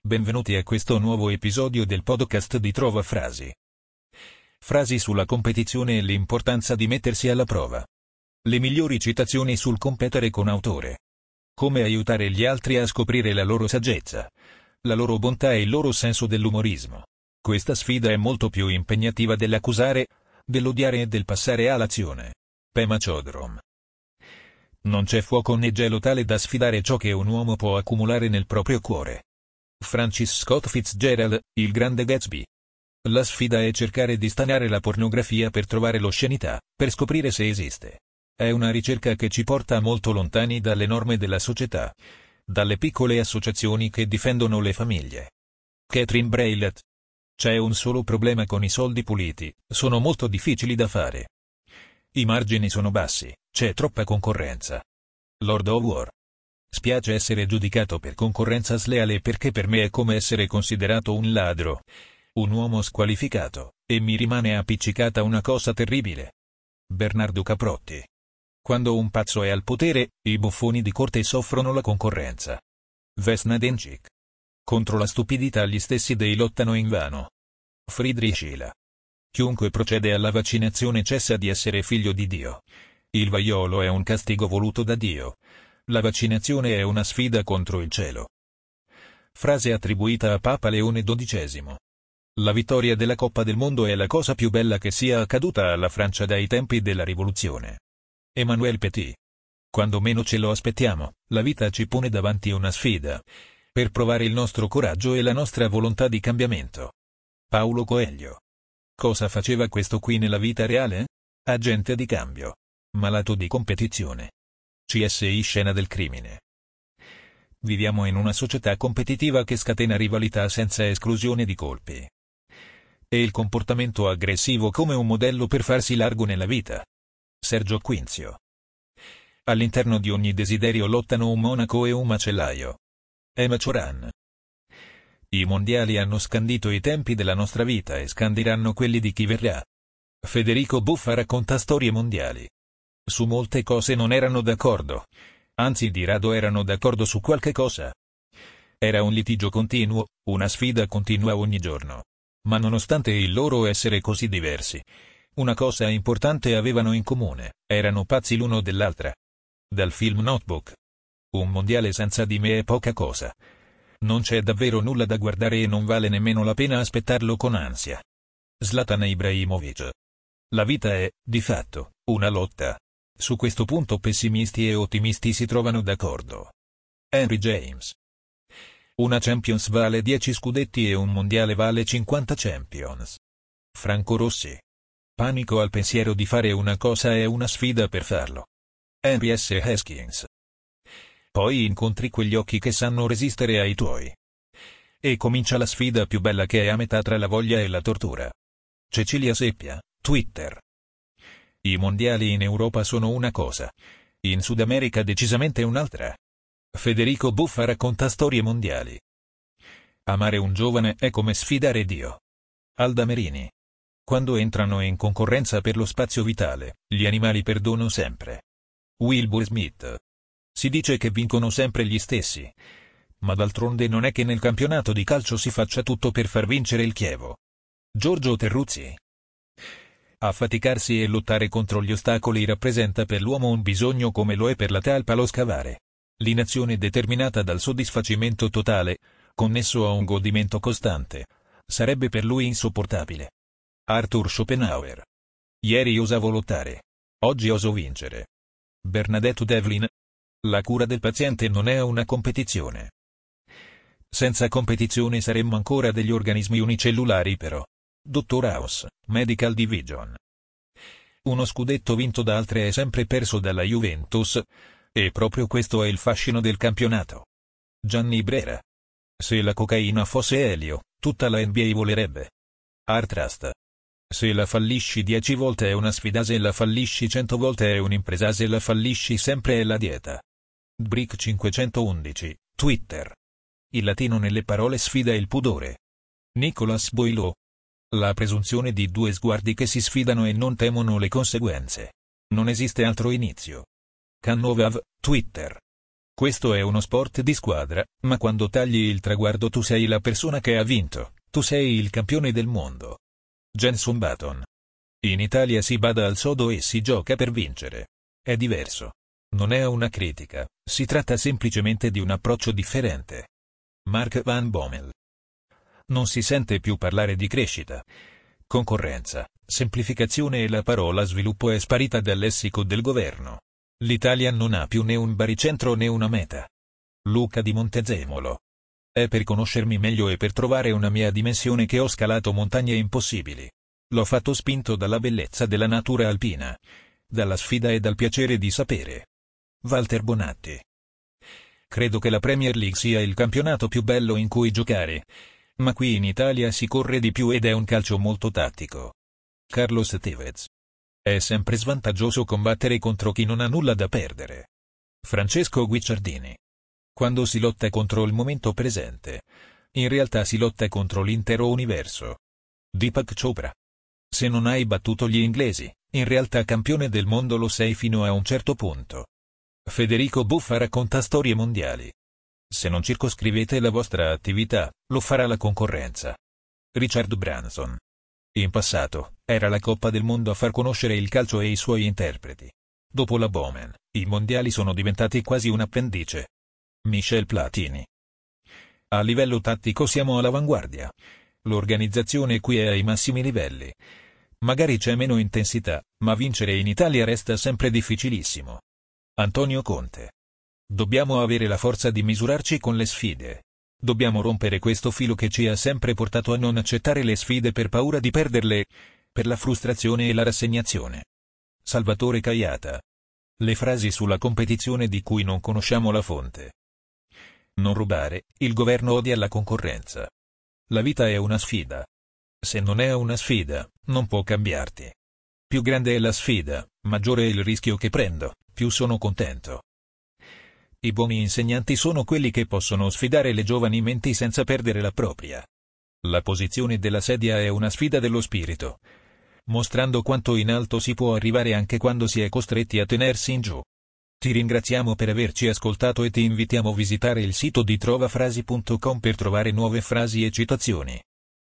Benvenuti a questo nuovo episodio del podcast di Trova Frasi. Frasi sulla competizione e l'importanza di mettersi alla prova. Le migliori citazioni sul competere con autore. Come aiutare gli altri a scoprire la loro saggezza, la loro bontà e il loro senso dell'umorismo. Questa sfida è molto più impegnativa dell'accusare, dell'odiare e del passare all'azione. Pema Chodron. Non c'è fuoco né gelo tale da sfidare ciò che un uomo può accumulare nel proprio cuore. Francis Scott Fitzgerald, Il Grande Gatsby. La sfida è cercare di stanare la pornografia per trovare l'oscenità, per scoprire se esiste. È una ricerca che ci porta molto lontani dalle norme della società, dalle piccole associazioni che difendono le famiglie. Catherine Breillat. C'è un solo problema con i soldi puliti, sono molto difficili da fare. I margini sono bassi, c'è troppa concorrenza. Lord of War. Spiace essere giudicato per concorrenza sleale perché per me è come essere considerato un ladro, un uomo squalificato, e mi rimane appiccicata una cosa terribile. Bernardo Caprotti. Quando un pazzo è al potere, i buffoni di corte soffrono la concorrenza. Vesna Dencik. Contro la stupidità gli stessi dei lottano invano. Friedrich Schiller. Chiunque procede alla vaccinazione cessa di essere figlio di Dio. Il vaiolo è un castigo voluto da Dio. La vaccinazione è una sfida contro il cielo. Frase attribuita a Papa Leone XII. La vittoria della Coppa del Mondo è la cosa più bella che sia accaduta alla Francia dai tempi della Rivoluzione. Emmanuel Petit. Quando meno ce lo aspettiamo, la vita ci pone davanti una sfida, per provare il nostro coraggio e la nostra volontà di cambiamento. Paulo Coelho. Cosa faceva questo qui nella vita reale? Agente di cambio. Malato di competizione. CSI Scena del crimine. Viviamo in una società competitiva che scatena rivalità senza esclusione di colpi. E il comportamento aggressivo come un modello per farsi largo nella vita. Sergio Quinzio. All'interno di ogni desiderio lottano un monaco e un macellaio. Emma Cioran. I mondiali hanno scandito i tempi della nostra vita e scandiranno quelli di chi verrà. Federico Buffa racconta storie mondiali. Su molte cose non erano d'accordo, anzi di rado erano d'accordo su qualche cosa. Era un litigio continuo, una sfida continua ogni giorno. Ma nonostante il loro essere così diversi, una cosa importante avevano in comune, erano pazzi l'uno dell'altra. Dal film Notebook. Un mondiale senza di me è poca cosa. Non c'è davvero nulla da guardare e non vale nemmeno la pena aspettarlo con ansia. Zlatan Ibrahimovic. La vita è, di fatto, una lotta. Su questo punto pessimisti e ottimisti si trovano d'accordo. Henry James. Una Champions vale 10 scudetti e un mondiale vale 50 Champions. Franco Rossi. Panico al pensiero di fare una cosa è una sfida per farlo. Henry S. Haskins. Poi incontri quegli occhi che sanno resistere ai tuoi. E comincia la sfida più bella che è a metà tra la voglia e la tortura. Cecilia Seppia, Twitter. I mondiali in Europa sono una cosa, in Sud America decisamente un'altra. Federico Buffa racconta storie mondiali. Amare un giovane è come sfidare Dio. Alda Merini. Quando entrano in concorrenza per lo spazio vitale, gli animali perdono sempre. Wilbur Smith. Si dice che vincono sempre gli stessi. Ma d'altronde non è che nel campionato di calcio si faccia tutto per far vincere il Chievo. Giorgio Terruzzi. Affaticarsi e lottare contro gli ostacoli rappresenta per l'uomo un bisogno come lo è per la talpa lo scavare. L'inazione determinata dal soddisfacimento totale, connesso a un godimento costante, sarebbe per lui insopportabile. Arthur Schopenhauer. Ieri osavo lottare. Oggi oso vincere. Bernadette Devlin. La cura del paziente non è una competizione. Senza competizione saremmo ancora degli organismi unicellulari però. Dottor House, Medical Division. Uno scudetto vinto da altre è sempre perso dalla Juventus, e proprio questo è il fascino del campionato. Gianni Brera. Se la cocaina fosse elio, tutta la NBA volerebbe. Art Trust. Se la fallisci 10 volte è una sfida, se la fallisci 100 volte è un'impresa, se la fallisci sempre è la dieta. Brick 511, Twitter. Il latino nelle parole sfida il pudore. Nicolas Boileau. La presunzione di due sguardi che si sfidano e non temono le conseguenze. Non esiste altro inizio. Canovav, Twitter. Questo è uno sport di squadra, ma quando tagli il traguardo tu sei la persona che ha vinto, tu sei il campione del mondo. Jenson Button. In Italia si bada al sodo e si gioca per vincere. È diverso. Non è una critica, si tratta semplicemente di un approccio differente. Mark Van Bommel. Non si sente più parlare di crescita, concorrenza, semplificazione e la parola sviluppo è sparita dal lessico del governo. L'Italia non ha più né un baricentro né una meta. Luca di Montezemolo. È per conoscermi meglio e per trovare una mia dimensione che ho scalato montagne impossibili. L'ho fatto spinto dalla bellezza della natura alpina, dalla sfida e dal piacere di sapere. Walter Bonatti. Credo che la Premier League sia il campionato più bello in cui giocare, ma qui in Italia si corre di più ed è un calcio molto tattico. Carlos Tevez. È sempre svantaggioso combattere contro chi non ha nulla da perdere. Francesco Guicciardini. Quando si lotta contro il momento presente, in realtà si lotta contro l'intero universo. Deepak Chopra. Se non hai battuto gli inglesi, in realtà campione del mondo lo sei fino a un certo punto. Federico Buffa racconta storie mondiali. Se non circoscrivete la vostra attività, lo farà la concorrenza. Richard Branson. In passato, era la Coppa del Mondo a far conoscere il calcio e i suoi interpreti. Dopo la Bowman, i mondiali sono diventati quasi un appendice. Michel Platini. A livello tattico siamo all'avanguardia. L'organizzazione qui è ai massimi livelli. Magari c'è meno intensità, ma vincere in Italia resta sempre difficilissimo. Antonio Conte. Dobbiamo avere la forza di misurarci con le sfide. Dobbiamo rompere questo filo che ci ha sempre portato a non accettare le sfide per paura di perderle, per la frustrazione e la rassegnazione. Salvatore Caiata. Le frasi sulla competizione di cui non conosciamo la fonte. Non rubare, il governo odia la concorrenza. La vita è una sfida. Se non è una sfida, non può cambiarti. Più grande è la sfida, maggiore è il rischio che prendo, più sono contento. I buoni insegnanti sono quelli che possono sfidare le giovani menti senza perdere la propria. La posizione della sedia è una sfida dello spirito, mostrando quanto in alto si può arrivare anche quando si è costretti a tenersi in giù. Ti ringraziamo per averci ascoltato e ti invitiamo a visitare il sito di trovafrasi.com per trovare nuove frasi e citazioni.